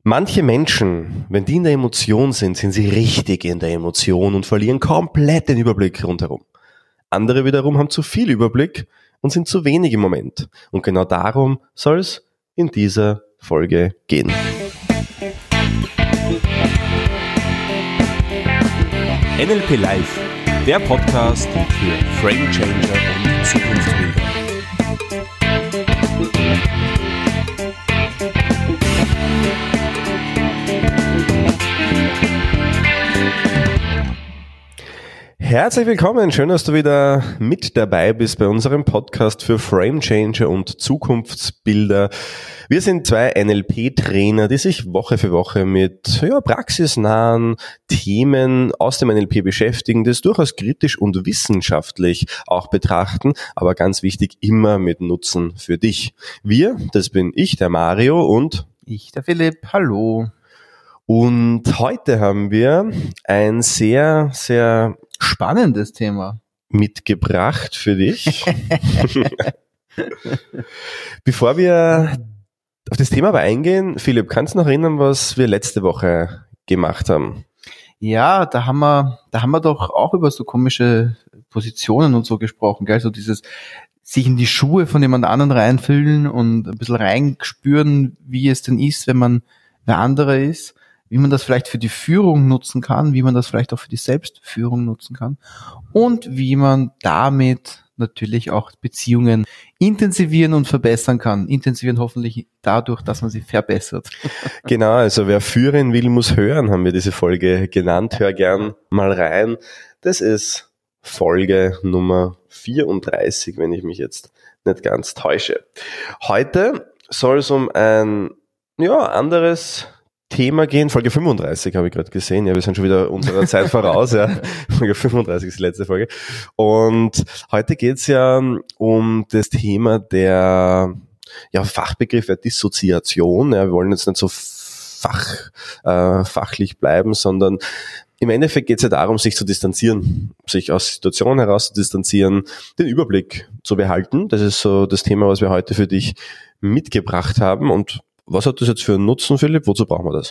Manche Menschen, wenn die in der Emotion sind, sind sie richtig in der Emotion und verlieren komplett den Überblick rundherum. Andere wiederum haben zu viel Überblick und sind zu wenig im Moment. Und genau darum soll es in dieser Folge gehen. NLP Live, der Podcast für Frame Changer und Zukunftsbilder. Herzlich willkommen, schön, dass du wieder mit dabei bist bei unserem Podcast für Frame Changer und Zukunftsbilder. Wir sind zwei NLP-Trainer, die sich Woche für Woche mit praxisnahen Themen aus dem NLP beschäftigen, das durchaus kritisch und wissenschaftlich auch betrachten, aber ganz wichtig, immer mit Nutzen für dich. Wir, das bin ich, der Mario, und ich, der Philipp. Hallo. Und heute haben wir ein sehr, sehr spannendes Thema mitgebracht für dich. Bevor wir auf das Thema aber eingehen, Philipp, kannst du noch erinnern, was wir letzte Woche gemacht haben? Ja, da haben wir doch auch über so komische Positionen und so gesprochen, gell? So dieses sich in die Schuhe von jemand anderen reinfühlen und ein bisschen reinspüren, wie es denn ist, wenn man wer andere ist, wie man das vielleicht für die Führung nutzen kann, wie man das vielleicht auch für die Selbstführung nutzen kann und wie man damit natürlich auch Beziehungen intensivieren und verbessern kann. Intensivieren hoffentlich dadurch, dass man sie verbessert. Genau, also wer führen will, muss hören, haben wir diese Folge genannt. Hör gern mal rein. Das ist Folge Nummer 34, wenn ich mich jetzt nicht ganz täusche. Heute soll es um ein anderes Thema gehen. Folge 35 habe ich gerade gesehen. Ja, wir sind schon wieder unserer Zeit voraus. Ja. Folge 35 ist die letzte Folge. Und heute geht es ja um das Thema der Fachbegriff der Dissoziation. Ja, wir wollen jetzt nicht so fachlich bleiben, sondern im Endeffekt geht es ja darum, sich zu distanzieren, sich aus Situationen heraus zu distanzieren, den Überblick zu behalten. Das ist so das Thema, was wir heute für dich mitgebracht haben. Und was hat das jetzt für einen Nutzen, Philipp? Wozu brauchen wir das?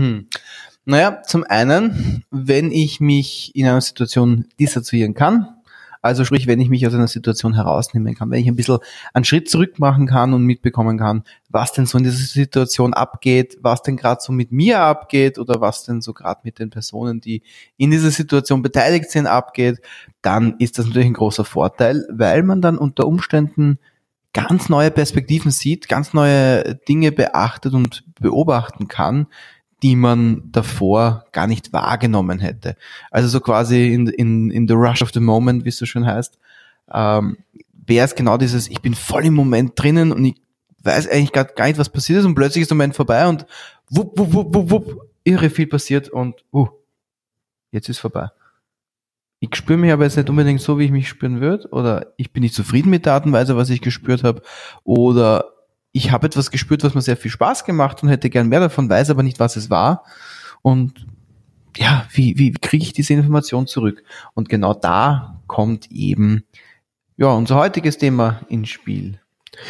Naja, zum einen, wenn ich mich in einer Situation dissoziieren kann, also sprich, wenn ich mich aus einer Situation herausnehmen kann, wenn ich ein bisschen einen Schritt zurück machen kann und mitbekommen kann, was denn so in dieser Situation abgeht, was denn gerade so mit mir abgeht oder was denn so gerade mit den Personen, die in dieser Situation beteiligt sind, abgeht, dann ist das natürlich ein großer Vorteil, weil man dann unter Umständen ganz neue Perspektiven sieht, ganz neue Dinge beachtet und beobachten kann, die man davor gar nicht wahrgenommen hätte. Also so quasi in the rush of the moment, wie es so schön heißt, wäre es genau dieses, ich bin voll im Moment drinnen und ich weiß eigentlich gar nicht, was passiert ist und plötzlich ist der Moment vorbei und wupp, irre viel passiert und jetzt ist vorbei. Ich spüre mich aber jetzt nicht unbedingt so, wie ich mich spüren würde, oder ich bin nicht zufrieden mit der Art und Weise, was ich gespürt habe, oder ich habe etwas gespürt, was mir sehr viel Spaß gemacht und hätte gern mehr davon, weiß aber nicht, was es war. Und ja, wie kriege ich diese Information zurück? Und genau da kommt eben unser heutiges Thema ins Spiel.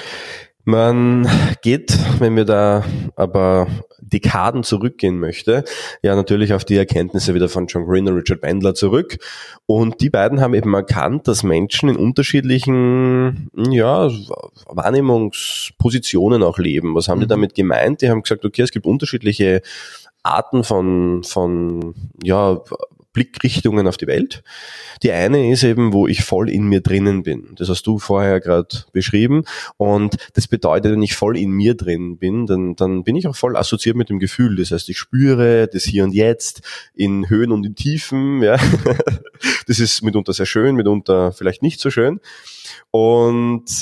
Man geht, wenn wir da aber Dekaden zurückgehen möchte, natürlich auf die Erkenntnisse wieder von John Green und Richard Bandler zurück. Und die beiden haben eben erkannt, dass Menschen in unterschiedlichen Wahrnehmungspositionen auch leben. Was haben die damit gemeint? Die haben gesagt, okay, es gibt unterschiedliche Arten von Blickrichtungen auf die Welt. Die eine ist eben, wo ich voll in mir drinnen bin. Das hast du vorher gerade beschrieben. Und das bedeutet, wenn ich voll in mir drin bin, dann bin ich auch voll assoziiert mit dem Gefühl. Das heißt, ich spüre das Hier und Jetzt in Höhen und in Tiefen. Ja. Das ist mitunter sehr schön, mitunter vielleicht nicht so schön. Und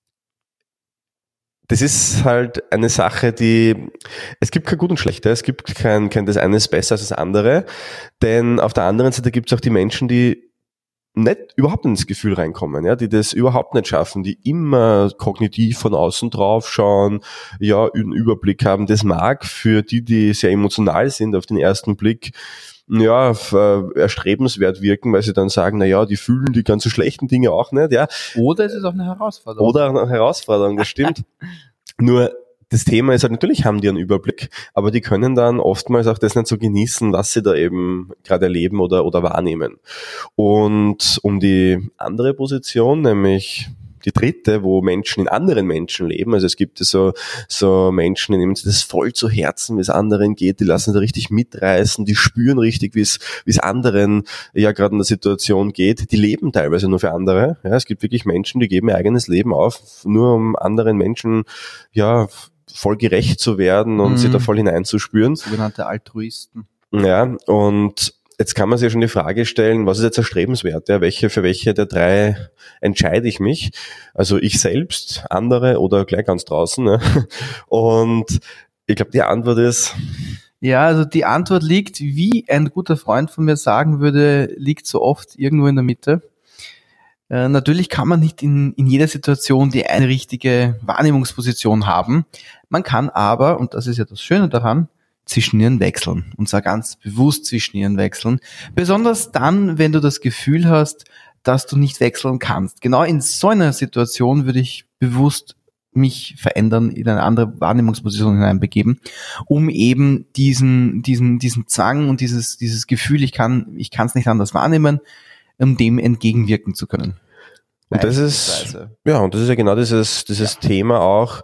das ist halt eine Sache, es gibt kein Gut und Schlecht, es gibt kein das eine ist besser als das andere, denn auf der anderen Seite gibt es auch die Menschen, die überhaupt nicht ins Gefühl reinkommen, die das überhaupt nicht schaffen, die immer kognitiv von außen drauf schauen, einen Überblick haben. Das mag für die sehr emotional sind auf den ersten Blick, erstrebenswert wirken, weil sie dann sagen, die fühlen die ganzen schlechten Dinge auch nicht, Oder es ist auch eine Herausforderung. Das stimmt. Nur das Thema ist halt, natürlich haben die einen Überblick, aber die können dann oftmals auch das nicht so genießen, was sie da eben gerade erleben oder wahrnehmen. Und um die andere Position, nämlich die dritte, wo Menschen in anderen Menschen leben, also es gibt so Menschen, die nehmen sich das voll zu Herzen, wie es anderen geht, die lassen da richtig mitreißen, die spüren richtig, wie es anderen ja gerade in der Situation geht, die leben teilweise nur für andere. Ja, es gibt wirklich Menschen, die geben ihr eigenes Leben auf, nur um anderen Menschen ja voll gerecht zu werden und sich da voll hineinzuspüren. Sogenannte Altruisten. Ja, und jetzt kann man sich ja schon die Frage stellen, was ist jetzt erstrebenswert? Ja, für welche der drei entscheide ich mich? Also ich selbst, andere oder gleich ganz draußen. Ja? Und ich glaube, die Antwort ist... Ja, also die Antwort liegt, wie ein guter Freund von mir sagen würde, liegt so oft irgendwo in der Mitte. Natürlich kann man nicht in jeder Situation die eine richtige Wahrnehmungsposition haben. Man kann aber, und das ist ja das Schöne daran, zwischen ihnen wechseln. Und zwar ganz bewusst zwischen ihnen wechseln. Besonders dann, wenn du das Gefühl hast, dass du nicht wechseln kannst. Genau in so einer Situation würde ich bewusst mich verändern, in eine andere Wahrnehmungsposition hineinbegeben, um eben diesen Zwang und dieses Gefühl, ich kann es nicht anders wahrnehmen, um dem entgegenwirken zu können. Und das ist ja genau dieses Thema auch,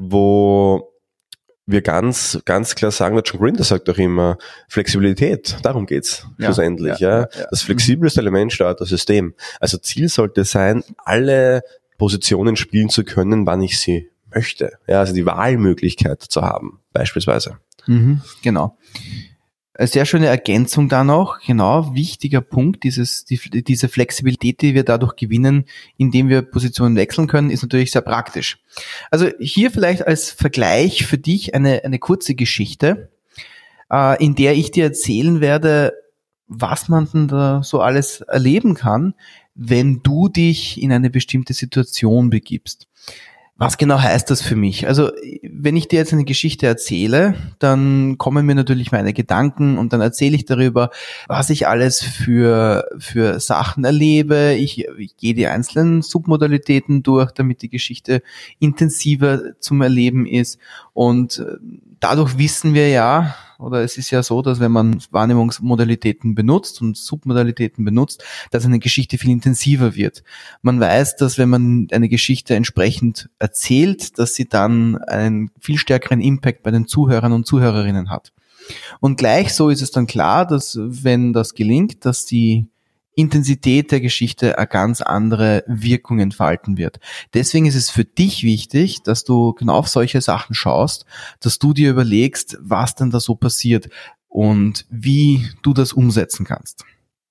wo wir ganz klar sagen, der John Grinder sagt auch immer, Flexibilität, darum geht's schlussendlich. Ja. Das flexibelste Element steuert das System. Also Ziel sollte sein, alle Positionen spielen zu können, wann ich sie möchte. Ja, also die Wahlmöglichkeit zu haben, beispielsweise. Genau. Eine sehr schöne Ergänzung da noch, genau, wichtiger Punkt, diese Flexibilität, die wir dadurch gewinnen, indem wir Positionen wechseln können, ist natürlich sehr praktisch. Also hier vielleicht als Vergleich für dich eine kurze Geschichte, in der ich dir erzählen werde, was man denn da so alles erleben kann, wenn du dich in eine bestimmte Situation begibst. Was genau heißt das für mich? Also, wenn ich dir jetzt eine Geschichte erzähle, dann kommen mir natürlich meine Gedanken und dann erzähle ich darüber, was ich alles für Sachen erlebe. Ich gehe die einzelnen Submodalitäten durch, damit die Geschichte intensiver zum Erleben ist. Und dadurch wissen wir ja, oder es ist ja so, dass wenn man Wahrnehmungsmodalitäten benutzt und Submodalitäten benutzt, dass eine Geschichte viel intensiver wird. Man weiß, dass wenn man eine Geschichte entsprechend erzählt, dass sie dann einen viel stärkeren Impact bei den Zuhörern und Zuhörerinnen hat. Und gleich so ist es dann klar, dass wenn das gelingt, dass die Intensität der Geschichte eine ganz andere Wirkung entfalten wird. Deswegen ist es für dich wichtig, dass du genau auf solche Sachen schaust, dass du dir überlegst, was denn da so passiert und wie du das umsetzen kannst.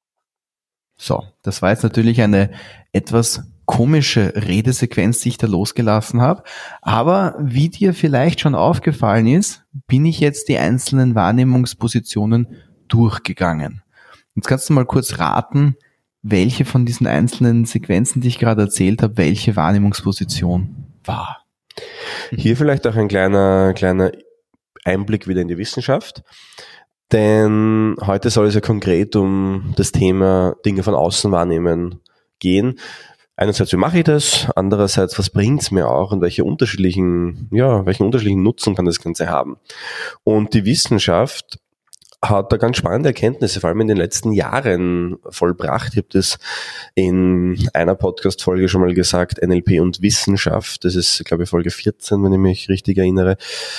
So, das war jetzt natürlich eine etwas komische Redesequenz, die ich da losgelassen habe, aber wie dir vielleicht schon aufgefallen ist, bin ich jetzt die einzelnen Wahrnehmungspositionen durchgegangen. Jetzt kannst du mal kurz raten, welche von diesen einzelnen Sequenzen, die ich gerade erzählt habe, welche Wahrnehmungsposition war. Hier vielleicht auch ein kleiner Einblick wieder in die Wissenschaft, denn heute soll es ja konkret um das Thema Dinge von außen wahrnehmen gehen. Einerseits, wie mache ich das? Andererseits, was bringt's mir auch und welchen unterschiedlichen Nutzen kann das Ganze haben? Und die Wissenschaft hat da ganz spannende Erkenntnisse, vor allem in den letzten Jahren vollbracht. Ich habe das in einer Podcast-Folge schon mal gesagt, NLP und Wissenschaft, das ist, glaube ich, Folge 14, wenn ich mich richtig erinnere,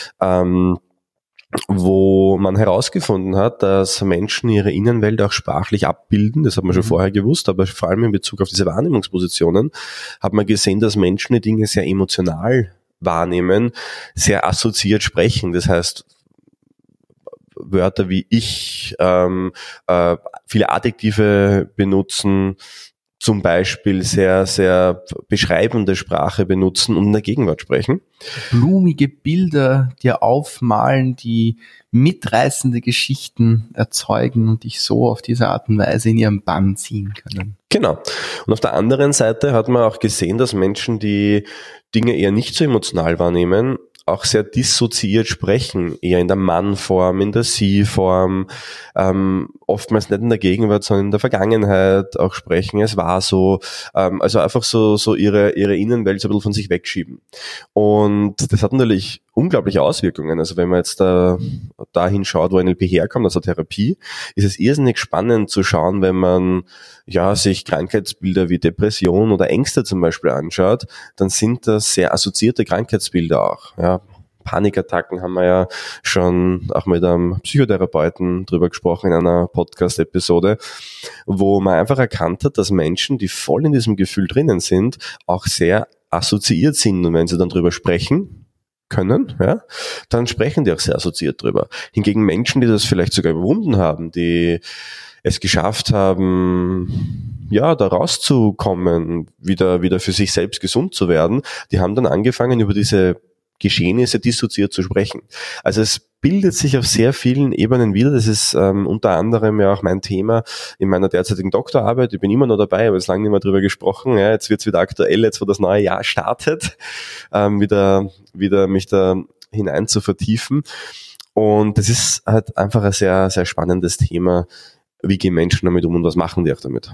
wo man herausgefunden hat, dass Menschen ihre Innenwelt auch sprachlich abbilden. Das hat man schon vorher gewusst, aber vor allem in Bezug auf diese Wahrnehmungspositionen hat man gesehen, dass Menschen die Dinge sehr emotional wahrnehmen, sehr assoziiert sprechen. Das heißt, Wörter wie ich, viele Adjektive benutzen, zum Beispiel sehr, sehr beschreibende Sprache benutzen und in der Gegenwart sprechen. Blumige Bilder dir aufmalen, die mitreißende Geschichten erzeugen und dich so auf diese Art und Weise in ihren Bann ziehen können. Genau. Und auf der anderen Seite hat man auch gesehen, dass Menschen, die Dinge eher nicht so emotional wahrnehmen, auch sehr dissoziiert sprechen, eher in der Mann-Form, in der Sie-Form, oftmals nicht in der Gegenwart, sondern in der Vergangenheit auch sprechen, es war so, also einfach so ihre Innenwelt so ein bisschen von sich wegschieben. Und das hat natürlich unglaubliche Auswirkungen. Also wenn man jetzt dahin schaut, wo NLP herkommt, also Therapie, ist es irrsinnig spannend zu schauen, wenn man sich Krankheitsbilder wie Depression oder Ängste zum Beispiel anschaut, dann sind das sehr assoziierte Krankheitsbilder auch. Ja. Panikattacken haben wir ja schon auch mit einem Psychotherapeuten drüber gesprochen in einer Podcast-Episode, wo man einfach erkannt hat, dass Menschen, die voll in diesem Gefühl drinnen sind, auch sehr assoziiert sind. Und wenn sie dann drüber sprechen können, ja, dann sprechen die auch sehr assoziiert drüber. Hingegen Menschen, die das vielleicht sogar überwunden haben, die es geschafft haben, da rauszukommen, wieder für sich selbst gesund zu werden, die haben dann angefangen, über diese Geschehnisse dissoziiert zu sprechen. Also es bildet sich auf sehr vielen Ebenen wieder. Das ist unter anderem ja auch mein Thema in meiner derzeitigen Doktorarbeit. Ich bin immer noch dabei, aber jetzt lange nicht mehr drüber gesprochen. Ja, jetzt wird's wieder aktuell, jetzt wo das neue Jahr startet, wieder mich da hinein zu vertiefen. Und das ist halt einfach ein sehr, sehr spannendes Thema. Wie gehen Menschen damit um und was machen die auch damit?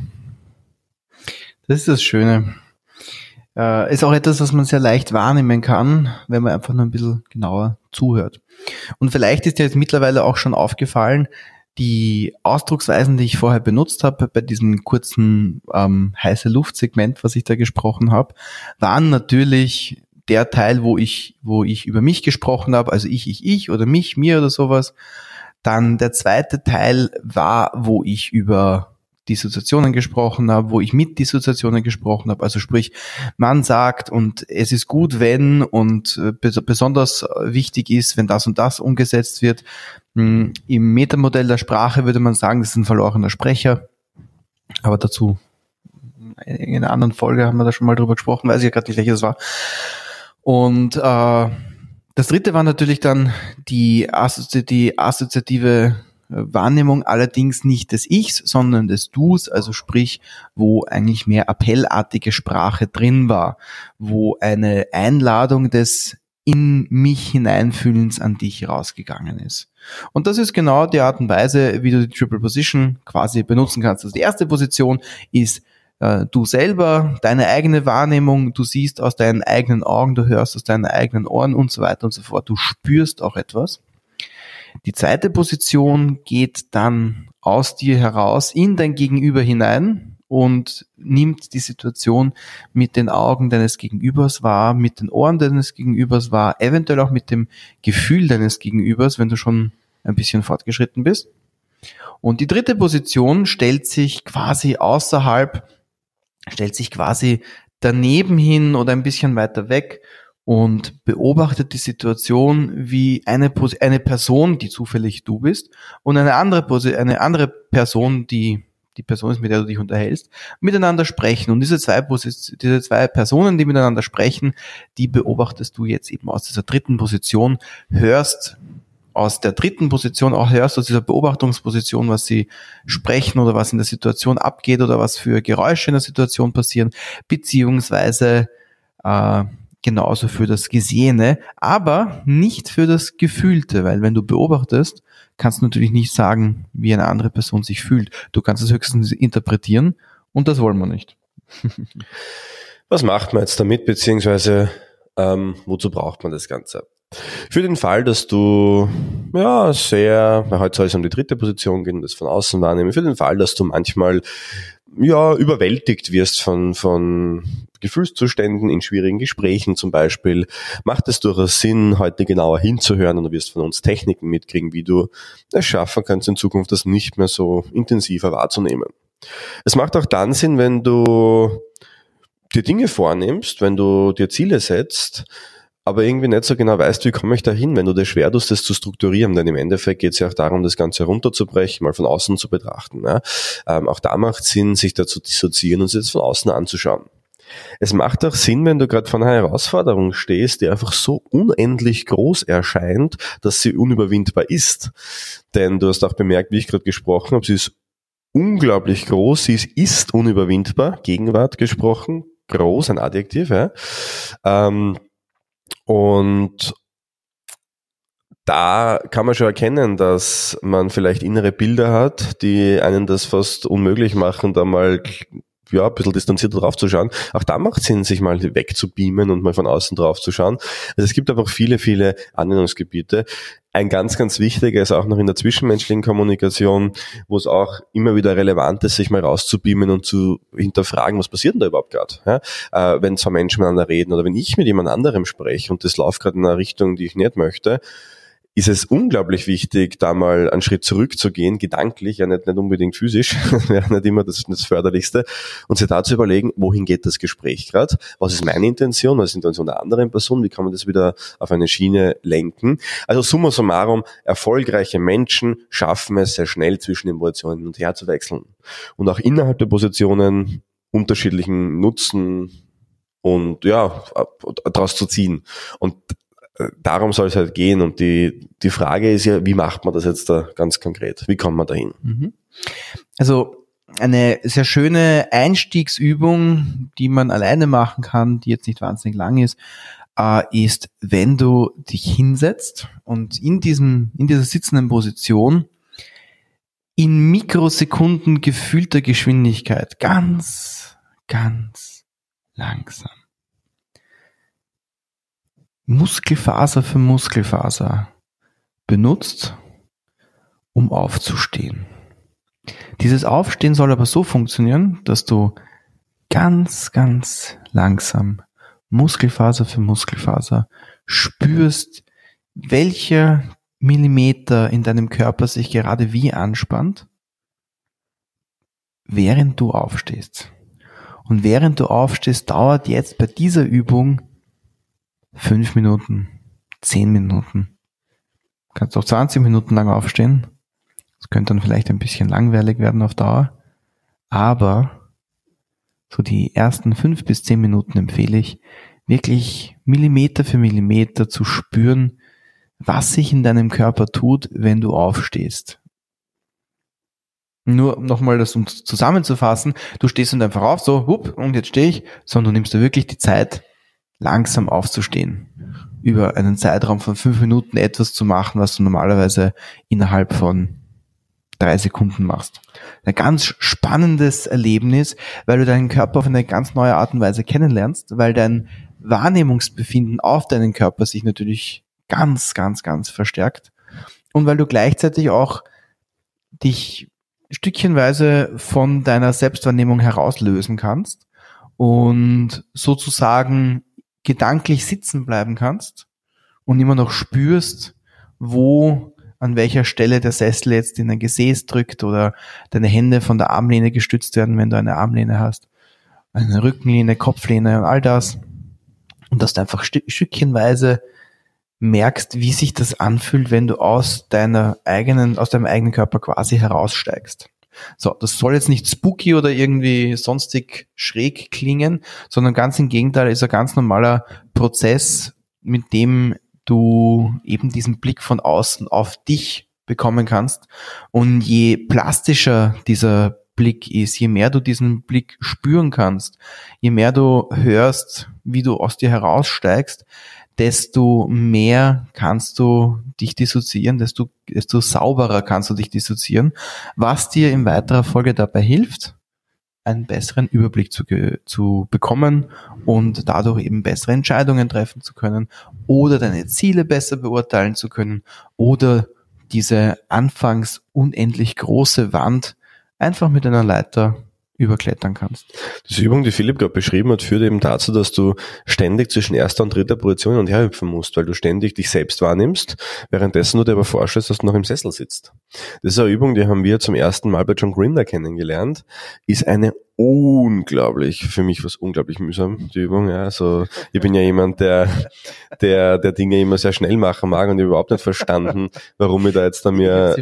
Das ist das Schöne. Ist auch etwas, was man sehr leicht wahrnehmen kann, wenn man einfach nur ein bisschen genauer zuhört. Und vielleicht ist dir jetzt mittlerweile auch schon aufgefallen, die Ausdrucksweisen, die ich vorher benutzt habe, bei diesem kurzen heiße Luft-Segment, was ich da gesprochen habe, waren natürlich der Teil, wo ich über mich gesprochen habe, also ich oder mich, mir oder sowas. Dann der zweite Teil war, wo ich über Dissoziationen gesprochen habe, wo ich mit Dissoziationen gesprochen habe, also sprich, man sagt und es ist gut, wenn und besonders wichtig ist, wenn das und das umgesetzt wird. Im Metamodell der Sprache würde man sagen, das ist ein verlorener Sprecher, aber dazu in einer anderen Folge haben wir da schon mal drüber gesprochen, weiß ich ja gerade nicht, welches war. Und das dritte war natürlich dann die assoziative Wahrnehmung, allerdings nicht des Ichs, sondern des Dus, also sprich, wo eigentlich mehr appellartige Sprache drin war, wo eine Einladung des in mich hineinfühlens an dich rausgegangen ist. Und das ist genau die Art und Weise, wie du die Triple Position quasi benutzen kannst. Also die erste Position ist du selber, deine eigene Wahrnehmung, du siehst aus deinen eigenen Augen, du hörst aus deinen eigenen Ohren und so weiter und so fort. Du spürst auch etwas. Die zweite Position geht dann aus dir heraus in dein Gegenüber hinein und nimmt die Situation mit den Augen deines Gegenübers wahr, mit den Ohren deines Gegenübers wahr, eventuell auch mit dem Gefühl deines Gegenübers, wenn du schon ein bisschen fortgeschritten bist. Und die dritte Position stellt sich quasi daneben hin oder ein bisschen weiter weg und beobachtet die Situation, wie eine Person, die zufällig du bist, und eine andere Person, die Person ist, mit der du dich unterhältst, miteinander sprechen. Und diese zwei Personen, die miteinander sprechen, die beobachtest du jetzt eben aus dieser dritten Position, hörst aus der dritten Position, auch hörst aus dieser Beobachtungsposition, was sie sprechen oder was in der Situation abgeht oder was für Geräusche in der Situation passieren, beziehungsweise genauso für das Gesehene, aber nicht für das Gefühlte, weil wenn du beobachtest, kannst du natürlich nicht sagen, wie eine andere Person sich fühlt. Du kannst es höchstens interpretieren und das wollen wir nicht. Was macht man jetzt damit, beziehungsweise wozu braucht man das Ganze? Für den Fall, dass du heute soll es um die dritte Position gehen, das von außen wahrnehmen, für den Fall, dass du manchmal überwältigt wirst von Gefühlszuständen in schwierigen Gesprächen zum Beispiel, macht es durchaus Sinn, heute genauer hinzuhören, und du wirst von uns Techniken mitkriegen, wie du es schaffen kannst, in Zukunft das nicht mehr so intensiver wahrzunehmen. Es macht auch dann Sinn, wenn du dir Dinge vornimmst, wenn du dir Ziele setzt, aber irgendwie nicht so genau weißt, wie komme ich da hin, wenn du dir schwer tust, das zu strukturieren. Denn im Endeffekt geht es ja auch darum, das Ganze runterzubrechen, mal von außen zu betrachten. Ja. Auch da macht es Sinn, sich da zu dissoziieren und sich das von außen anzuschauen. Es macht auch Sinn, wenn du gerade vor einer Herausforderung stehst, die einfach so unendlich groß erscheint, dass sie unüberwindbar ist. Denn du hast auch bemerkt, wie ich gerade gesprochen habe, sie ist unglaublich groß, sie ist unüberwindbar, Gegenwart gesprochen, groß, ein Adjektiv, ja. Und da kann man schon erkennen, dass man vielleicht innere Bilder hat, die einen das fast unmöglich machen, da mal ein bisschen distanzierter drauf zu schauen. Auch da macht es Sinn, sich mal wegzubeamen und mal von außen drauf zu schauen. Also es gibt einfach viele, viele Anwendungsgebiete. Ein ganz, ganz wichtiger ist auch noch in der zwischenmenschlichen Kommunikation, wo es auch immer wieder relevant ist, sich mal rauszubeamen und zu hinterfragen, was passiert denn da überhaupt gerade? Ja? Wenn zwei Menschen miteinander reden oder wenn ich mit jemand anderem spreche und das läuft gerade in eine Richtung, die ich nicht möchte, ist es unglaublich wichtig, da mal einen Schritt zurückzugehen, gedanklich, ja nicht unbedingt physisch, wäre nicht immer das Förderlichste, und sich da zu überlegen, wohin geht das Gespräch gerade, was ist meine Intention, was ist die Intention der anderen Person, wie kann man das wieder auf eine Schiene lenken. Also summa summarum, erfolgreiche Menschen schaffen es sehr schnell zwischen den Positionen hin und her zu wechseln und auch innerhalb der Positionen unterschiedlichen Nutzen und daraus zu ziehen. Und darum soll es halt gehen, und die Frage ist ja, wie macht man das jetzt da ganz konkret? Wie kommt man dahin? Also eine sehr schöne Einstiegsübung, die man alleine machen kann, die jetzt nicht wahnsinnig lang ist, ist, wenn du dich hinsetzt und in dieser sitzenden Position in Mikrosekunden gefühlter Geschwindigkeit ganz, ganz langsam Muskelfaser für Muskelfaser benutzt, um aufzustehen. Dieses Aufstehen soll aber so funktionieren, dass du ganz, ganz langsam Muskelfaser für Muskelfaser spürst, welcher Millimeter in deinem Körper sich gerade wie anspannt, während du aufstehst. Und während du aufstehst, dauert jetzt bei dieser Übung 5 Minuten, 10 Minuten. Du kannst auch 20 Minuten lang aufstehen. Das könnte dann vielleicht ein bisschen langweilig werden auf Dauer. Aber so die ersten 5 bis 10 Minuten empfehle ich, wirklich Millimeter für Millimeter zu spüren, was sich in deinem Körper tut, wenn du aufstehst. Nur nochmal das, um zusammenzufassen, du stehst und einfach auf, so, hup, und jetzt stehe ich, sondern du nimmst dir wirklich die Zeit, langsam aufzustehen, über einen Zeitraum von 5 Minuten etwas zu machen, was du normalerweise innerhalb von 3 Sekunden machst. Ein ganz spannendes Erlebnis, weil du deinen Körper auf eine ganz neue Art und Weise kennenlernst, weil dein Wahrnehmungsbefinden auf deinen Körper sich natürlich ganz, ganz, ganz verstärkt und weil du gleichzeitig auch dich stückchenweise von deiner Selbstwahrnehmung herauslösen kannst und sozusagen gedanklich sitzen bleiben kannst und immer noch spürst, an welcher Stelle der Sessel jetzt in dein Gesäß drückt oder deine Hände von der Armlehne gestützt werden, wenn du eine Armlehne hast, eine Rückenlehne, Kopflehne und all das. Und dass du einfach stückchenweise merkst, wie sich das anfühlt, wenn du aus deinem eigenen Körper quasi heraussteigst. So, das soll jetzt nicht spooky oder irgendwie sonstig schräg klingen, sondern ganz im Gegenteil, ist ein ganz normaler Prozess, mit dem du eben diesen Blick von außen auf dich bekommen kannst. Und je plastischer dieser Blick ist, je mehr du diesen Blick spüren kannst, je mehr du hörst, wie du aus dir heraussteigst, desto mehr kannst du dich dissoziieren, desto sauberer kannst du dich dissoziieren, was dir in weiterer Folge dabei hilft, einen besseren Überblick zu bekommen und dadurch eben bessere Entscheidungen treffen zu können oder deine Ziele besser beurteilen zu können oder diese anfangs unendlich große Wand einfach mit einer Leiter überklettern kannst. Diese Übung, die Philipp gerade beschrieben hat, führt eben dazu, dass du ständig zwischen erster und dritter Position hin und her hüpfen musst, weil du ständig dich selbst wahrnimmst, währenddessen du dir aber vorstellst, dass du noch im Sessel sitzt. Das ist eine Übung, die haben wir zum ersten Mal bei John Grinder kennengelernt, ist eine für mich was unglaublich mühsam, die Übung. Ja. Also ich bin ja jemand, der Dinge immer sehr schnell machen mag und überhaupt nicht verstanden, warum ich da jetzt dann mir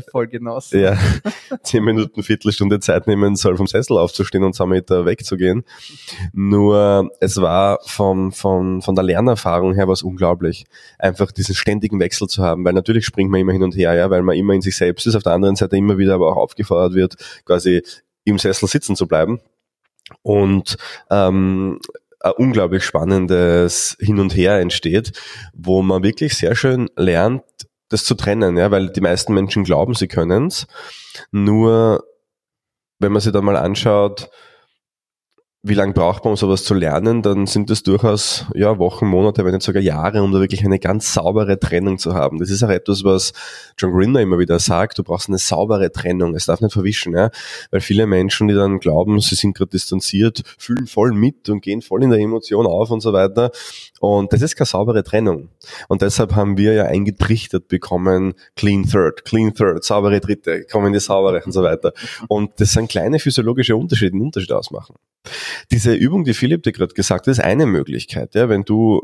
10 Minuten, Viertelstunde Zeit nehmen soll, vom Sessel aufzustehen und 2 Meter wegzugehen. Nur es war von der Lernerfahrung her was unglaublich, einfach diesen ständigen Wechsel zu haben, weil natürlich springt man immer hin und her, ja, weil man immer in sich selbst ist, auf der anderen Seite immer wieder aber auch aufgefordert wird, quasi im Sessel sitzen zu bleiben. Und ein unglaublich spannendes Hin und Her entsteht, wo man wirklich sehr schön lernt, das zu trennen, ja, weil die meisten Menschen glauben, sie können's. Nur wenn man sich dann mal anschaut, wie lange braucht man, um sowas zu lernen, dann sind es durchaus Wochen, Monate, wenn nicht sogar Jahre, um da wirklich eine ganz saubere Trennung zu haben. Das ist auch etwas, was John Grinder immer wieder sagt, du brauchst eine saubere Trennung, es darf nicht verwischen, ja? Weil viele Menschen, die dann glauben, sie sind gerade distanziert, fühlen voll mit und gehen voll in der Emotion auf und so weiter, und das ist keine saubere Trennung. Und deshalb haben wir ja eingetrichtert bekommen, Clean Third, saubere Dritte, kommen in die saubere und so weiter. Und das sind kleine physiologische Unterschiede, die einen Unterschied ausmachen. Diese Übung, die Philipp dir gerade gesagt hat, ist eine Möglichkeit. Ja, wenn du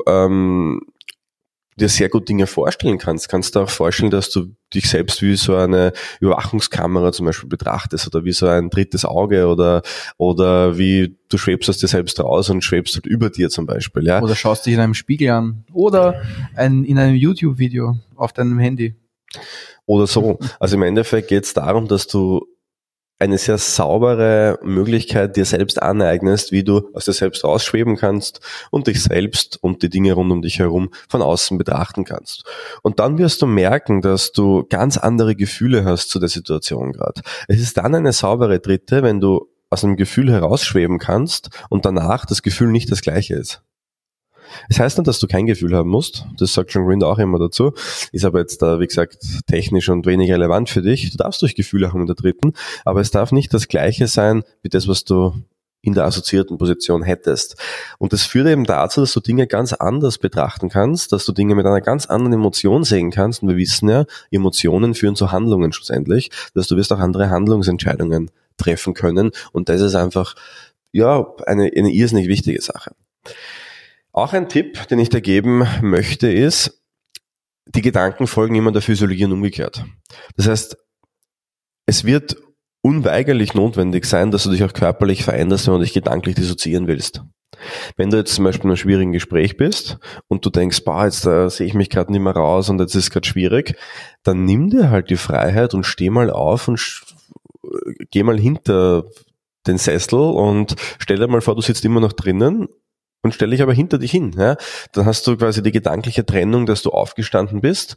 dir sehr gut Dinge vorstellen kannst du auch vorstellen, dass du dich selbst wie so eine Überwachungskamera zum Beispiel betrachtest oder wie so ein drittes Auge oder wie du schwebst aus dir selbst raus und schwebst halt über dir zum Beispiel. Ja. Oder schaust dich in einem Spiegel an oder in einem YouTube-Video auf deinem Handy. Oder so. Also im Endeffekt geht es darum, dass du eine sehr saubere Möglichkeit dir selbst aneignest, wie du aus dir selbst rausschweben kannst und dich selbst und die Dinge rund um dich herum von außen betrachten kannst. Und dann wirst du merken, dass du ganz andere Gefühle hast zu der Situation gerade. Es ist dann eine saubere Dritte, wenn du aus einem Gefühl herausschweben kannst und danach das Gefühl nicht das gleiche ist. Es heißt nicht, dass du kein Gefühl haben musst, das sagt John Grinder auch immer dazu, ist aber jetzt da, wie gesagt, technisch und wenig relevant für dich. Du darfst durch Gefühle haben in der dritten, aber es darf nicht das Gleiche sein, wie das, was du in der assoziierten Position hättest. Und das führt eben dazu, dass du Dinge ganz anders betrachten kannst, dass du Dinge mit einer ganz anderen Emotion sehen kannst. Und wir wissen ja, Emotionen führen zu Handlungen schlussendlich, dass du wirst auch andere Handlungsentscheidungen treffen können. Und das ist einfach, eine irrsinnig wichtige Sache. Auch ein Tipp, den ich dir geben möchte, ist, die Gedanken folgen immer der Physiologie und umgekehrt. Das heißt, es wird unweigerlich notwendig sein, dass du dich auch körperlich veränderst, wenn du dich gedanklich dissoziieren willst. Wenn du jetzt zum Beispiel in einem schwierigen Gespräch bist und du denkst, jetzt sehe ich mich gerade nicht mehr raus und jetzt ist es gerade schwierig, dann nimm dir halt die Freiheit und steh mal auf und geh mal hinter den Sessel und stell dir mal vor, du sitzt immer noch drinnen und stell dich aber hinter dich hin. Ja? Dann hast du quasi die gedankliche Trennung, dass du aufgestanden bist.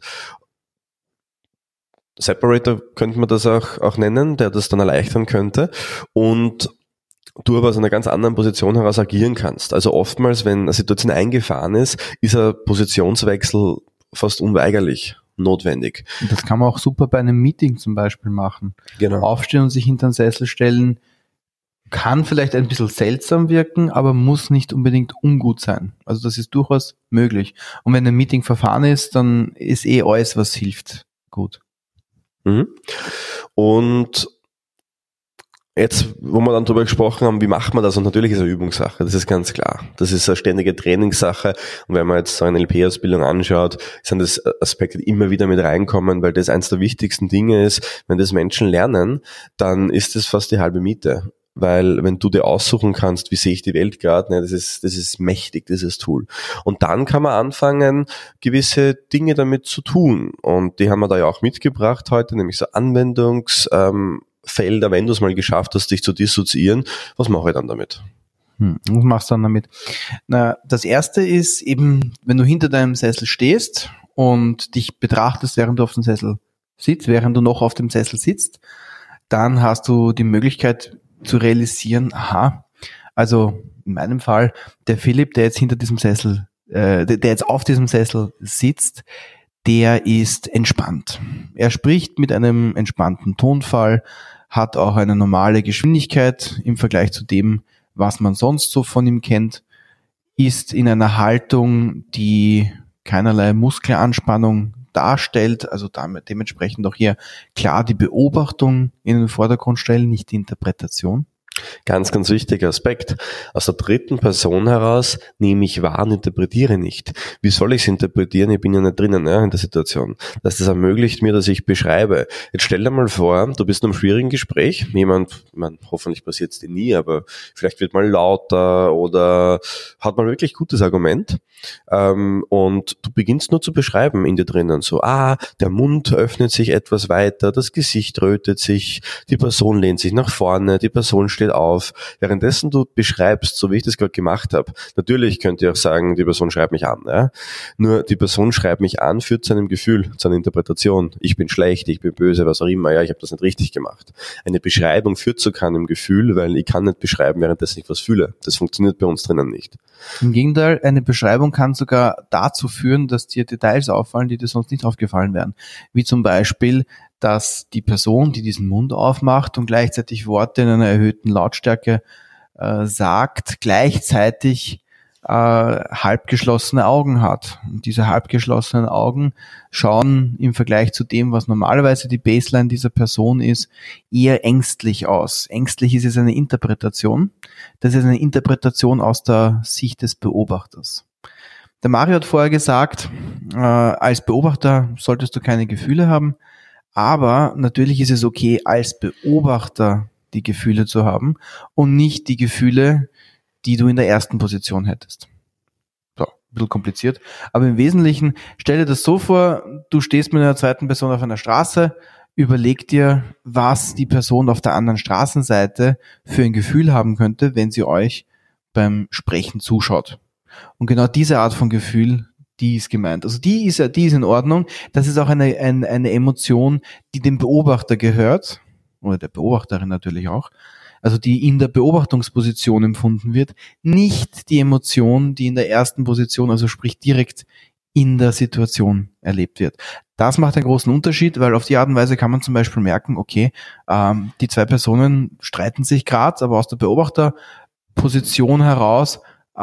Separator könnte man das auch nennen, der das dann erleichtern könnte. Und du aber aus einer ganz anderen Position heraus agieren kannst. Also oftmals, wenn eine Situation eingefahren ist ein Positionswechsel fast unweigerlich notwendig. Und das kann man auch super bei einem Meeting zum Beispiel machen. Genau. Aufstehen und sich hinter den Sessel stellen, kann vielleicht ein bisschen seltsam wirken, aber muss nicht unbedingt ungut sein. Also das ist durchaus möglich. Und wenn ein Meeting verfahren ist, dann ist alles, was hilft, gut. Mhm. Und jetzt, wo wir dann darüber gesprochen haben, wie macht man das? Und natürlich ist es eine Übungssache, das ist ganz klar. Das ist eine ständige Trainingssache. Und wenn man jetzt so eine LP-Ausbildung anschaut, sind das Aspekte, die immer wieder mit reinkommen, weil das eins der wichtigsten Dinge ist. Wenn das Menschen lernen, dann ist das fast die halbe Miete. Weil wenn du dir aussuchen kannst, wie sehe ich die Welt gerade, das ist mächtig, dieses Tool. Und dann kann man anfangen, gewisse Dinge damit zu tun. Und die haben wir da ja auch mitgebracht heute, nämlich so Anwendungsfelder, wenn du es mal geschafft hast, dich zu dissoziieren. Was mache ich dann damit? Was machst du dann damit? Na, das erste ist eben, wenn du hinter deinem Sessel stehst und dich betrachtest, während du auf dem Sessel sitzt, während du noch auf dem Sessel sitzt, dann hast du die Möglichkeit zu realisieren, also in meinem Fall, der Philipp, der jetzt hinter diesem Sessel, der jetzt auf diesem Sessel sitzt, der ist entspannt. Er spricht mit einem entspannten Tonfall, hat auch eine normale Geschwindigkeit im Vergleich zu dem, was man sonst so von ihm kennt, ist in einer Haltung, die keinerlei Muskelanspannung darstellt, also damit dementsprechend auch hier klar die Beobachtung in den Vordergrund stellen, nicht die Interpretation. Ganz, ganz wichtiger Aspekt. Aus der dritten Person heraus nehme ich wahr und interpretiere nicht. Wie soll ich es interpretieren? Ich bin ja nicht drinnen in der Situation. Das ermöglicht mir, dass ich beschreibe. Jetzt stell dir mal vor, du bist in einem schwierigen Gespräch. Hoffentlich passiert es dir nie, aber vielleicht wird mal lauter oder hat mal wirklich gutes Argument. Und du beginnst nur zu beschreiben in dir drinnen. So, der Mund öffnet sich etwas weiter, das Gesicht rötet sich, die Person lehnt sich nach vorne, die Person steht auf. Währenddessen du beschreibst, so wie ich das gerade gemacht habe. Natürlich könnt ihr auch sagen, die Person schreibt mich an. Ja? Nur die Person schreibt mich an, führt zu einem Gefühl, zu einer Interpretation. Ich bin schlecht, ich bin böse, was auch immer. Ja, ich habe das nicht richtig gemacht. Eine Beschreibung führt zu keinem Gefühl, weil ich kann nicht beschreiben, währenddessen ich was fühle. Das funktioniert bei uns drinnen nicht. Im Gegenteil, eine Beschreibung kann sogar dazu führen, dass dir Details auffallen, die dir sonst nicht aufgefallen wären. Wie zum Beispiel, dass die Person, die diesen Mund aufmacht und gleichzeitig Worte in einer erhöhten Lautstärke sagt, gleichzeitig halbgeschlossene Augen hat. Und diese halbgeschlossenen Augen schauen im Vergleich zu dem, was normalerweise die Baseline dieser Person ist, eher ängstlich aus. Ängstlich ist es eine Interpretation. Das ist eine Interpretation aus der Sicht des Beobachters. Der Mario hat vorher gesagt, als Beobachter solltest du keine Gefühle haben, aber natürlich ist es okay, als Beobachter die Gefühle zu haben und nicht die Gefühle, die du in der ersten Position hättest. So, ein bisschen kompliziert. Aber im Wesentlichen, stell dir das so vor, du stehst mit einer zweiten Person auf einer Straße, überleg dir, was die Person auf der anderen Straßenseite für ein Gefühl haben könnte, wenn sie euch beim Sprechen zuschaut. Und genau diese Art von Gefühl, die ist gemeint. Also die ist in Ordnung. Das ist auch eine Emotion, die dem Beobachter gehört, oder der Beobachterin natürlich auch, also die in der Beobachtungsposition empfunden wird, nicht die Emotion, die in der ersten Position, also sprich direkt in der Situation erlebt wird. Das macht einen großen Unterschied, weil auf die Art und Weise kann man zum Beispiel merken, okay, die zwei Personen streiten sich gerade, aber aus der Beobachterposition heraus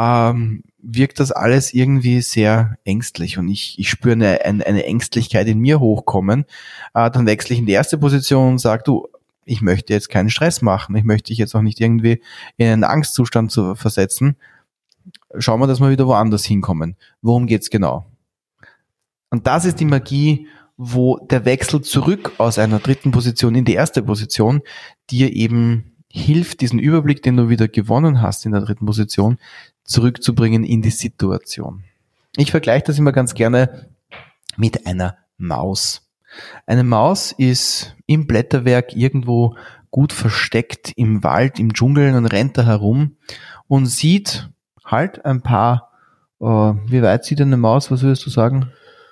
wirkt das alles irgendwie sehr ängstlich und ich spüre eine Ängstlichkeit in mir hochkommen. Dann wechsle ich in die erste Position und sage, du, ich möchte jetzt keinen Stress machen, ich möchte dich jetzt auch nicht irgendwie in einen Angstzustand zu versetzen. Schauen wir, dass wir wieder woanders hinkommen. Worum geht's genau? Und das ist die Magie, wo der Wechsel zurück aus einer dritten Position in die erste Position dir eben hilft, diesen Überblick, den du wieder gewonnen hast in der dritten Position, zurückzubringen in die Situation. Ich vergleiche das immer ganz gerne mit einer Maus. Eine Maus ist im Blätterwerk irgendwo gut versteckt im Wald, im Dschungel und rennt da herum und sieht halt ein paar, wie weit sieht eine Maus, was würdest du sagen?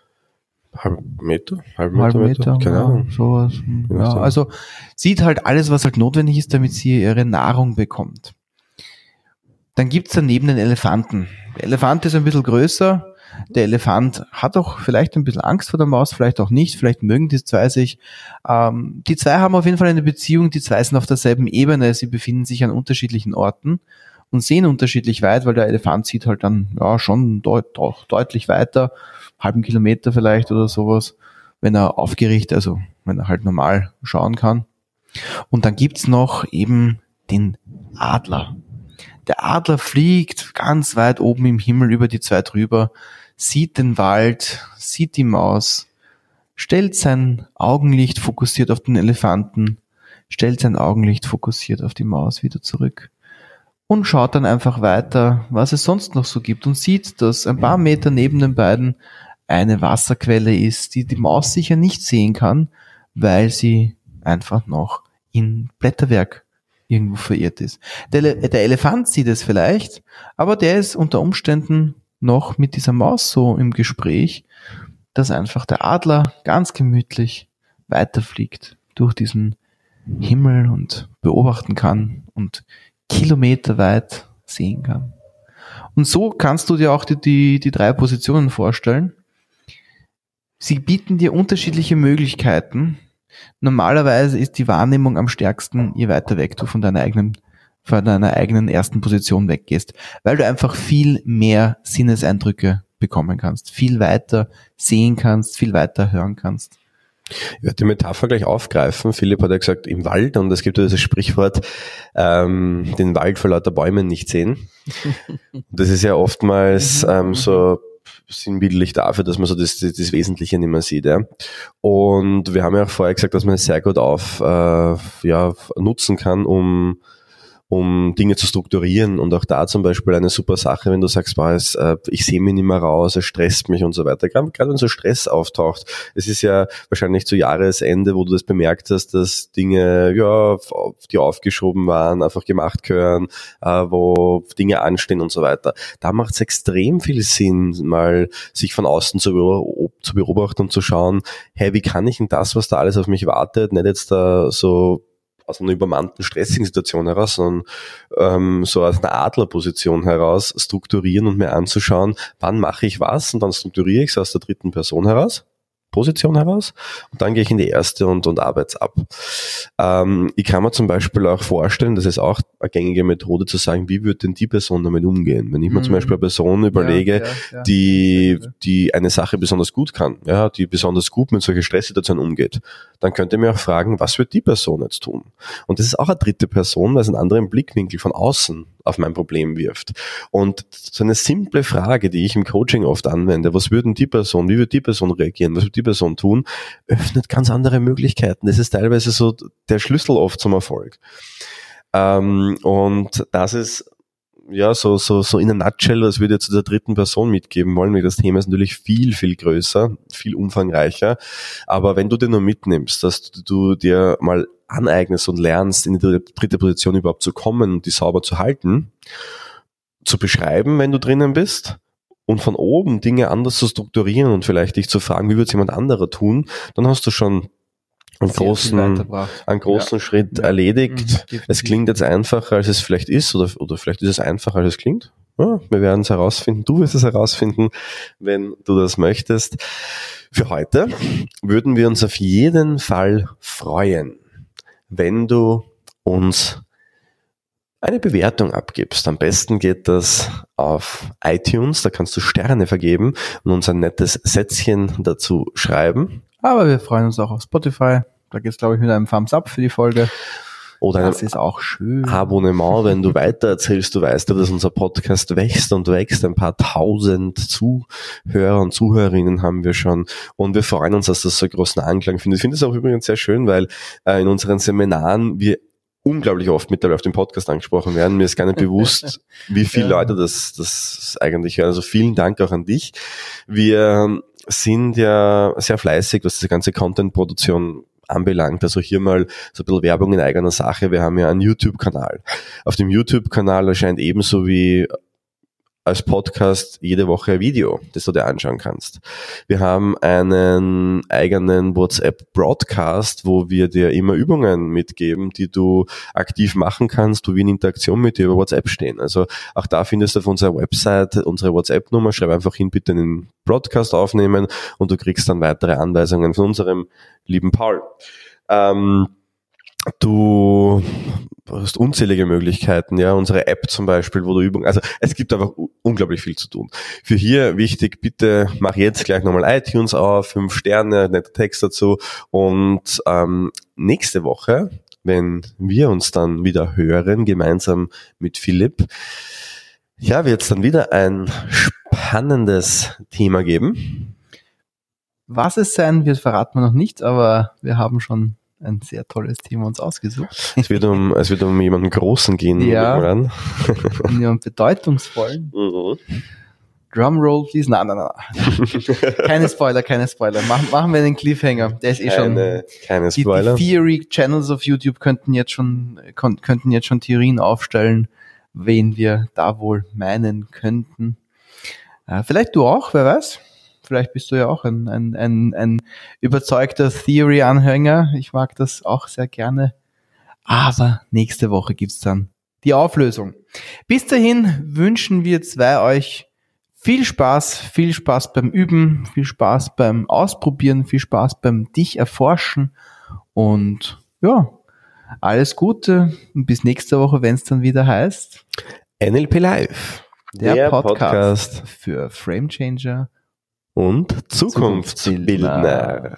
Halb Meter? Keine Ahnung. Sowas. Ja, also sieht halt alles, was halt notwendig ist, damit sie ihre Nahrung bekommt. Dann gibt's daneben den Elefanten. Der Elefant ist ein bisschen größer. Der Elefant hat auch vielleicht ein bisschen Angst vor der Maus, vielleicht auch nicht, vielleicht mögen die zwei sich. Die zwei haben auf jeden Fall eine Beziehung, die zwei sind auf derselben Ebene, sie befinden sich an unterschiedlichen Orten und sehen unterschiedlich weit, weil der Elefant sieht halt dann ja schon deutlich weiter, halben Kilometer vielleicht oder sowas, wenn er aufgerichtet, also wenn er halt normal schauen kann. Und dann gibt's noch eben den Adler. Der Adler fliegt ganz weit oben im Himmel über die zwei drüber, sieht den Wald, sieht die Maus, stellt sein Augenlicht fokussiert auf den Elefanten, stellt sein Augenlicht fokussiert auf die Maus wieder zurück und schaut dann einfach weiter, was es sonst noch so gibt und sieht, dass ein paar Meter neben den beiden eine Wasserquelle ist, die die Maus sicher nicht sehen kann, weil sie einfach noch in Blätterwerk irgendwo verirrt ist. Der Elefant sieht es vielleicht, aber der ist unter Umständen noch mit dieser Maus so im Gespräch, dass einfach der Adler ganz gemütlich weiterfliegt durch diesen Himmel und beobachten kann und kilometerweit sehen kann. Und so kannst du dir auch die drei Positionen vorstellen. Sie bieten dir unterschiedliche Möglichkeiten. Normalerweise ist die Wahrnehmung am stärksten, je weiter weg du von deiner eigenen ersten Position weggehst, weil du einfach viel mehr Sinneseindrücke bekommen kannst, viel weiter sehen kannst, viel weiter hören kannst. Ich werde die Metapher gleich aufgreifen. Philipp hat ja gesagt, im Wald, und es gibt ja dieses Sprichwort, den Wald vor lauter Bäumen nicht sehen. Das ist ja oftmals so sinnbildlich dafür, dass man so das Wesentliche nicht mehr sieht. Ja. Und wir haben ja auch vorher gesagt, dass man es sehr gut nutzen kann, um um Dinge zu strukturieren. Und auch da zum Beispiel eine super Sache, wenn du sagst, ich sehe mich nicht mehr raus, es stresst mich und so weiter. Gerade wenn so Stress auftaucht. Es ist ja wahrscheinlich zu Jahresende, wo du das bemerkt hast, dass Dinge, die aufgeschoben waren, einfach gemacht gehören, wo Dinge anstehen und so weiter. Da macht es extrem viel Sinn, mal sich von außen zu beobachten und zu schauen, hey, wie kann ich denn das, was da alles auf mich wartet, nicht jetzt da so aus einer übermannten, stressigen Situation heraus, sondern so aus einer Adlerposition heraus strukturieren und mir anzuschauen, wann mache ich was, und dann strukturiere ich es aus der dritten Position heraus, und dann gehe ich in die erste und arbeite es ab. Ich kann mir zum Beispiel auch vorstellen, das ist auch eine gängige Methode, zu sagen, wie wird denn die Person damit umgehen? Wenn ich mir zum Beispiel eine Person überlege, die eine Sache besonders gut kann, die besonders gut mit solchen Stresssituationen umgeht, dann könnte ich mir auch fragen, was wird die Person jetzt tun? Und das ist auch eine dritte Person, weil es einen anderen Blickwinkel von außen auf mein Problem wirft. Und so eine simple Frage, die ich im Coaching oft anwende, wie wird die Person reagieren, was wird die Person tun, öffnet ganz andere Möglichkeiten. Das ist teilweise so der Schlüssel oft zum Erfolg. Und das ist so in a nutshell, was würde ich zu der dritten Person mitgeben wollen, weil das Thema ist natürlich viel, viel größer, viel umfangreicher. Aber wenn du dir nur mitnimmst, dass du dir mal aneignest und lernst, in die dritte Position überhaupt zu kommen und die sauber zu halten, zu beschreiben, wenn du drinnen bist, und von oben Dinge anders zu strukturieren und vielleicht dich zu fragen, wie würde es jemand anderer tun, dann hast du schon einen großen Schritt erledigt. Es klingt jetzt einfacher, als es vielleicht ist, oder vielleicht ist es einfacher, als es klingt. Ja, wir werden es herausfinden. Du wirst es herausfinden, wenn du das möchtest. Für heute würden wir uns auf jeden Fall freuen, wenn du uns eine Bewertung abgibst. Am besten geht das auf iTunes, da kannst du Sterne vergeben und uns ein nettes Sätzchen dazu schreiben. Aber wir freuen uns auch auf Spotify. Da geht's, glaube ich, mit einem Thumbs up für die Folge. Oder das ist auch schön. Abonnement, wenn du weiter erzählst. Du weißt ja, dass unser Podcast wächst und wächst. Ein paar tausend Zuhörer und Zuhörerinnen haben wir schon. Und wir freuen uns, dass das so großen Anklang findet. Ich finde es auch übrigens sehr schön, weil in unseren Seminaren wir unglaublich oft mittlerweile auf dem Podcast angesprochen werden. Mir ist gar nicht bewusst, wie viele Leute das eigentlich hören. Also vielen Dank auch an dich. Wir sind ja sehr fleißig, was diese ganze Content-Produktion anbelangt. Also hier mal so ein bisschen Werbung in eigener Sache. Wir haben ja einen YouTube-Kanal. Auf dem YouTube-Kanal erscheint ebenso wie als Podcast jede Woche ein Video, das du dir anschauen kannst. Wir haben einen eigenen WhatsApp-Broadcast, wo wir dir immer Übungen mitgeben, die du aktiv machen kannst, wo wir in Interaktion mit dir über WhatsApp stehen. Also auch da findest du auf unserer Website unsere WhatsApp-Nummer, schreib einfach hin, bitte einen Broadcast aufnehmen, und du kriegst dann weitere Anweisungen von unserem lieben Paul. Du hast unzählige Möglichkeiten, unsere App zum Beispiel, wo du Übungen, also es gibt einfach unglaublich viel zu tun. Für hier wichtig, bitte mach jetzt gleich nochmal iTunes auf, 5 Sterne, netter Text dazu, und nächste Woche, wenn wir uns dann wieder hören, gemeinsam mit Philipp, wird es dann wieder ein spannendes Thema geben. Was es sein wird, verraten wir noch nicht, aber wir haben schon ein sehr tolles Thema uns ausgesucht. Es wird um jemanden Großen gehen. Ja, um jemanden bedeutungsvollen. Drumroll, please. Nein. Keine Spoiler. Machen wir den Cliffhanger. Der ist keine Spoiler. Die Theory-Channels auf YouTube könnten jetzt schon Theorien aufstellen, wen wir da wohl meinen könnten. Vielleicht du auch, wer weiß. Vielleicht bist du ja auch ein überzeugter Theory-Anhänger. Ich mag das auch sehr gerne. Aber nächste Woche gibt's dann die Auflösung. Bis dahin wünschen wir zwei euch viel Spaß beim Üben, viel Spaß beim Ausprobieren, viel Spaß beim dich erforschen und alles Gute und bis nächste Woche, wenn es dann wieder heißt NLP Live, der Podcast für Framechanger und Zukunftsbildner.